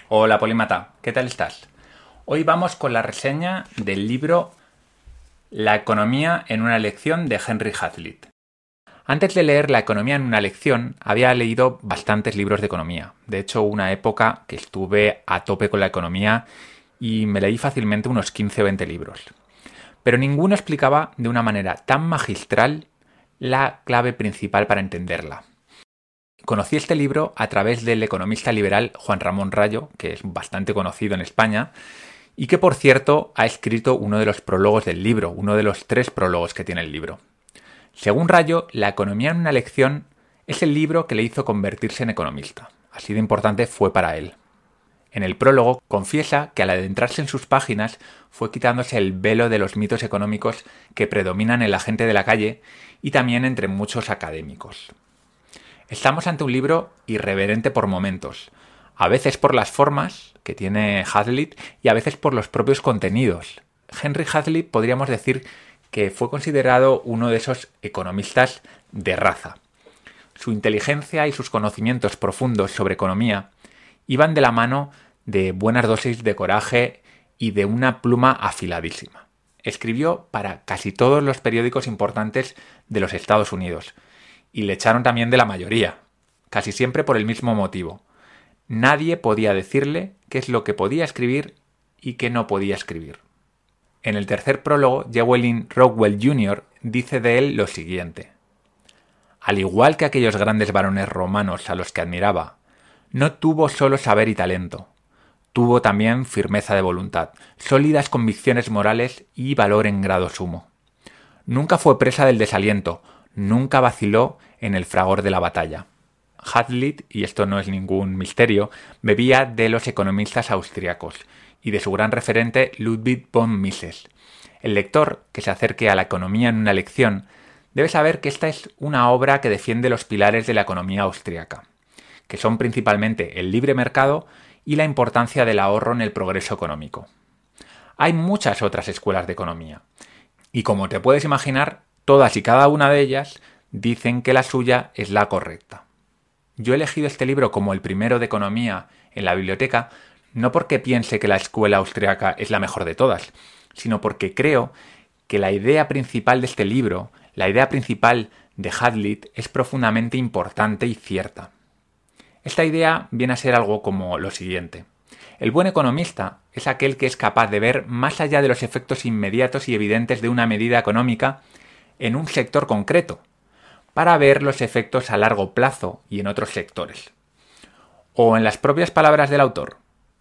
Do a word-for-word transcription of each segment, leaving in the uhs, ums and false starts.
Hola Polímata, ¿qué tal estás? Hoy vamos con la reseña del libro La economía en una lección de Henry Hazlitt. Antes de leer La economía en una lección, había leído bastantes libros de economía. De hecho, una época que estuve a tope con la economía y me leí fácilmente unos quince o veinte libros. Pero ninguno explicaba de una manera tan magistral la clave principal para entenderla. Conocí este libro a través del economista liberal Juan Ramón Rayo, que es bastante conocido en España, y que por cierto ha escrito uno de los prólogos del libro, uno de los tres prólogos que tiene el libro. Según Rayo, La economía en una lección es el libro que le hizo convertirse en economista. Así de importante fue para él. En el prólogo confiesa que al adentrarse en sus páginas fue quitándose el velo de los mitos económicos que predominan en la gente de la calle y también entre muchos académicos. Estamos ante un libro irreverente por momentos, a veces por las formas que tiene Hazlitt y a veces por los propios contenidos. Henry Hazlitt podríamos decir que fue considerado uno de esos economistas de raza. Su inteligencia y sus conocimientos profundos sobre economía iban de la mano de buenas dosis de coraje y de una pluma afiladísima. Escribió para casi todos los periódicos importantes de los Estados Unidos y le echaron también de la mayoría, casi siempre por el mismo motivo. Nadie podía decirle qué es lo que podía escribir y qué no podía escribir. En el tercer prólogo, Llewellyn Rockwell junior dice de él lo siguiente: al igual que aquellos grandes varones romanos a los que admiraba, no tuvo solo saber y talento, tuvo también firmeza de voluntad, sólidas convicciones morales y valor en grado sumo. Nunca fue presa del desaliento, nunca vaciló en el fragor de la batalla. Hazlitt, y esto no es ningún misterio, bebía de los economistas austriacos y de su gran referente Ludwig von Mises. El lector que se acerque a la economía en una lección debe saber que esta es una obra que defiende los pilares de la economía austriaca, que son principalmente el libre mercado y la importancia del ahorro en el progreso económico. Hay muchas otras escuelas de economía, y como te puedes imaginar, todas y cada una de ellas dicen que la suya es la correcta. Yo he elegido este libro como el primero de economía en la biblioteca no porque piense que la escuela austriaca es la mejor de todas, sino porque creo que la idea principal de este libro, la idea principal de Hazlitt, es profundamente importante y cierta. Esta idea viene a ser algo como lo siguiente. El buen economista es aquel que es capaz de ver más allá de los efectos inmediatos y evidentes de una medida económica en un sector concreto, para ver los efectos a largo plazo y en otros sectores. O en las propias palabras del autor,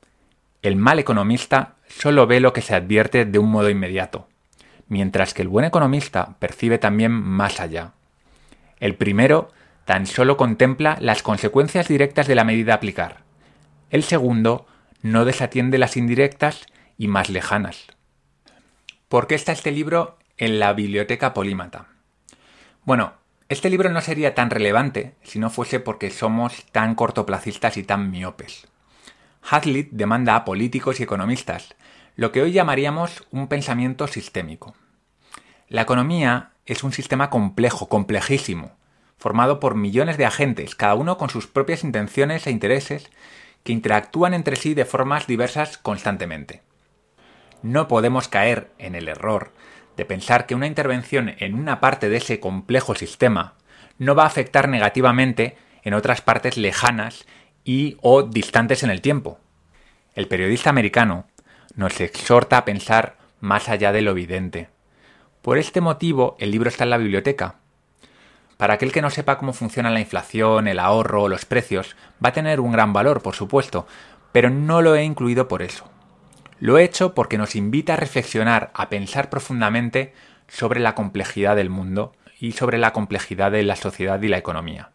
el mal economista solo ve lo que se advierte de un modo inmediato, mientras que el buen economista percibe también más allá. El primero tan solo contempla las consecuencias directas de la medida a aplicar. El segundo no desatiende las indirectas y más lejanas. ¿Por qué está este libro en la biblioteca Polímata? Bueno, este libro no sería tan relevante si no fuese porque somos tan cortoplacistas y tan miopes. Hazlitt demanda a políticos y economistas lo que hoy llamaríamos un pensamiento sistémico. La economía es un sistema complejo, complejísimo, formado por millones de agentes, cada uno con sus propias intenciones e intereses, que interactúan entre sí de formas diversas constantemente. No podemos caer en el error de pensar que una intervención en una parte de ese complejo sistema no va a afectar negativamente en otras partes lejanas y o distantes en el tiempo. El periodista americano nos exhorta a pensar más allá de lo evidente. Por este motivo, el libro está en la biblioteca. Para aquel que no sepa cómo funciona la inflación, el ahorro o los precios, va a tener un gran valor, por supuesto, pero no lo he incluido por eso. Lo he hecho porque nos invita a reflexionar, a pensar profundamente sobre la complejidad del mundo y sobre la complejidad de la sociedad y la economía.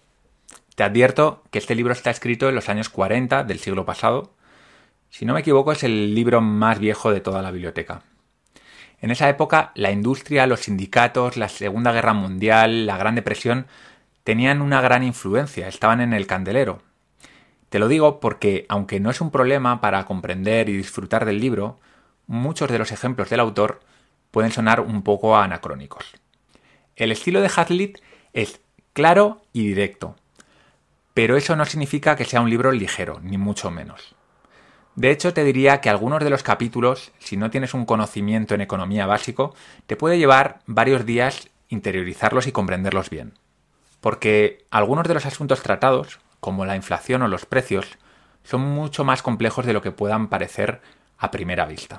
Te advierto que este libro está escrito en los años cuarenta del siglo pasado. Si no me equivoco, es el libro más viejo de toda la biblioteca. En esa época, la industria, los sindicatos, la Segunda Guerra Mundial, la Gran Depresión, tenían una gran influencia, estaban en el candelero. Te lo digo porque, aunque no es un problema para comprender y disfrutar del libro, muchos de los ejemplos del autor pueden sonar un poco anacrónicos. El estilo de Hazlitt es claro y directo, pero eso no significa que sea un libro ligero, ni mucho menos. De hecho, te diría que algunos de los capítulos, si no tienes un conocimiento en economía básico, te puede llevar varios días interiorizarlos y comprenderlos bien. Porque algunos de los asuntos tratados, como la inflación o los precios, son mucho más complejos de lo que puedan parecer a primera vista.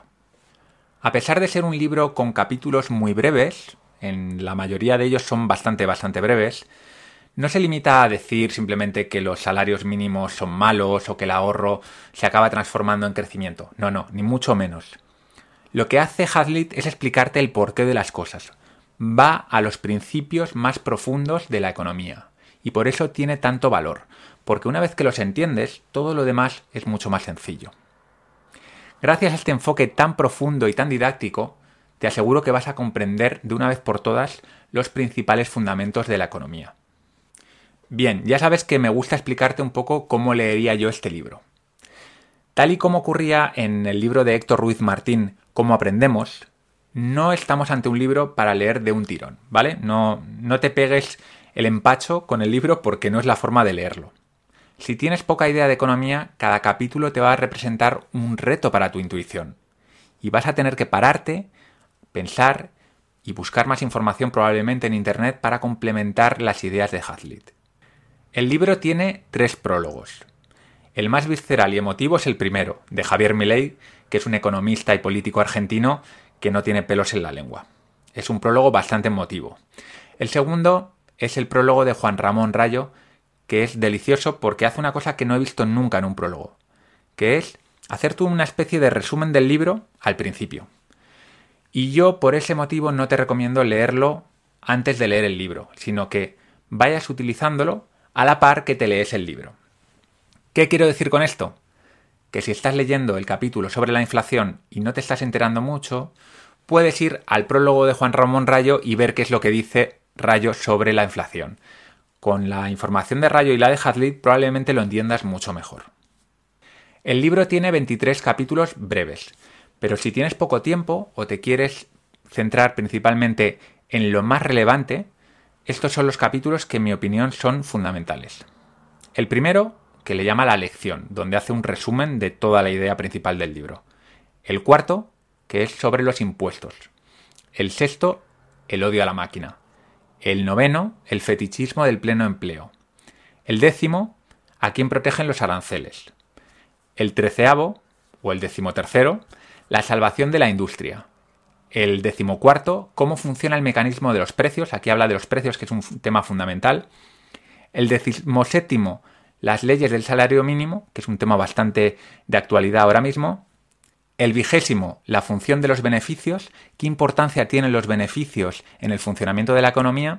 A pesar de ser un libro con capítulos muy breves, en la mayoría de ellos son bastante, bastante breves, no se limita a decir simplemente que los salarios mínimos son malos o que el ahorro se acaba transformando en crecimiento. No, no, ni mucho menos. Lo que hace Hazlitt es explicarte el porqué de las cosas. Va a los principios más profundos de la economía. Y por eso tiene tanto valor, porque una vez que los entiendes, todo lo demás es mucho más sencillo. Gracias a este enfoque tan profundo y tan didáctico, te aseguro que vas a comprender de una vez por todas los principales fundamentos de la economía. Bien, ya sabes que me gusta explicarte un poco cómo leería yo este libro. Tal y como ocurría en el libro de Héctor Ruiz Martín, Cómo aprendemos, no estamos ante un libro para leer de un tirón, ¿vale? No, no te pegues el empacho con el libro porque no es la forma de leerlo. Si tienes poca idea de economía, cada capítulo te va a representar un reto para tu intuición. Y vas a tener que pararte, pensar y buscar más información probablemente en internet para complementar las ideas de Hazlitt. El libro tiene tres prólogos. El más visceral y emotivo es el primero, de Javier Milei, que es un economista y político argentino que no tiene pelos en la lengua. Es un prólogo bastante emotivo. El segundo es el prólogo de Juan Ramón Rayo, que es delicioso porque hace una cosa que no he visto nunca en un prólogo, que es hacer tú una especie de resumen del libro al principio. Y yo por ese motivo no te recomiendo leerlo antes de leer el libro, sino que vayas utilizándolo a la par que te lees el libro. ¿Qué quiero decir con esto? Que si estás leyendo el capítulo sobre la inflación y no te estás enterando mucho, puedes ir al prólogo de Juan Ramón Rayo y ver qué es lo que dice Rayo sobre la inflación. Con la información de Rayo y la de Hazlitt probablemente lo entiendas mucho mejor. El libro tiene veintitrés capítulos breves, pero si tienes poco tiempo o te quieres centrar principalmente en lo más relevante, estos son los capítulos que en mi opinión son fundamentales. El primero, que le llama la lección, donde hace un resumen de toda la idea principal del libro. El cuarto, que es sobre los impuestos. El sexto, el odio a la máquina. El noveno, el fetichismo del pleno empleo. El décimo, a quién protegen los aranceles. El treceavo, o el decimotercero, la salvación de la industria. El decimocuarto, cómo funciona el mecanismo de los precios. Aquí habla de los precios, que es un tema fundamental. El decimoséptimo, las leyes del salario mínimo, que es un tema bastante de actualidad ahora mismo. El vigésimo, la función de los beneficios, qué importancia tienen los beneficios en el funcionamiento de la economía.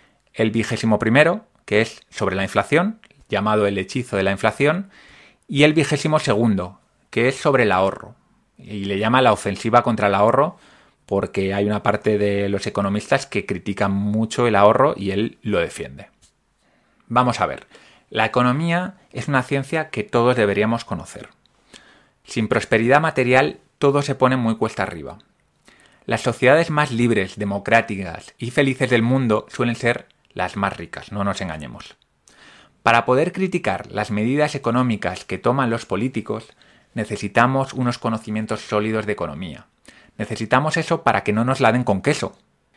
El vigésimo primero, que es sobre la inflación, llamado el hechizo de la inflación. Y el vigésimo segundo, que es sobre el ahorro. Y le llama la ofensiva contra el ahorro, porque hay una parte de los economistas que critican mucho el ahorro y él lo defiende. Vamos a ver, la economía es una ciencia que todos deberíamos conocer. Sin prosperidad material, todo se pone muy cuesta arriba. Las sociedades más libres, democráticas y felices del mundo suelen ser las más ricas, no nos engañemos. Para poder criticar las medidas económicas que toman los políticos, necesitamos unos conocimientos sólidos de economía. Necesitamos eso para que no nos la den con queso.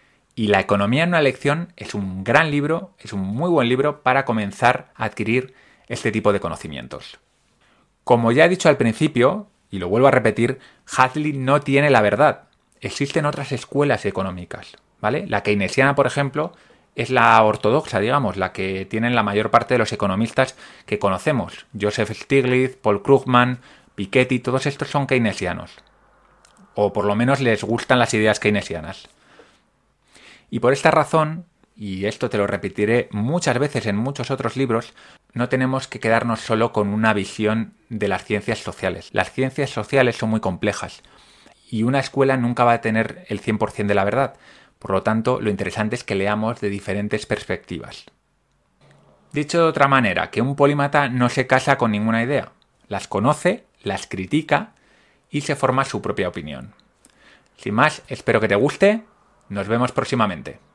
Y La economía en una lección es un gran libro, es un muy buen libro para comenzar a adquirir este tipo de conocimientos. Como ya he dicho al principio, y lo vuelvo a repetir, Hazlitt no tiene la verdad. Existen otras escuelas económicas, ¿vale? La keynesiana, por ejemplo, es la ortodoxa, digamos, la que tienen la mayor parte de los economistas que conocemos. Joseph Stiglitz, Paul Krugman, Piketty, todos estos son keynesianos. O por lo menos les gustan las ideas keynesianas. Y por esta razón, y esto te lo repetiré muchas veces en muchos otros libros, no tenemos que quedarnos solo con una visión de las ciencias sociales. Las ciencias sociales son muy complejas y una escuela nunca va a tener el cien por ciento de la verdad. Por lo tanto, lo interesante es que leamos de diferentes perspectivas. Dicho de otra manera, que un polímata no se casa con ninguna idea. Las conoce, las critica y se forma su propia opinión. Sin más, espero que te guste. Nos vemos próximamente.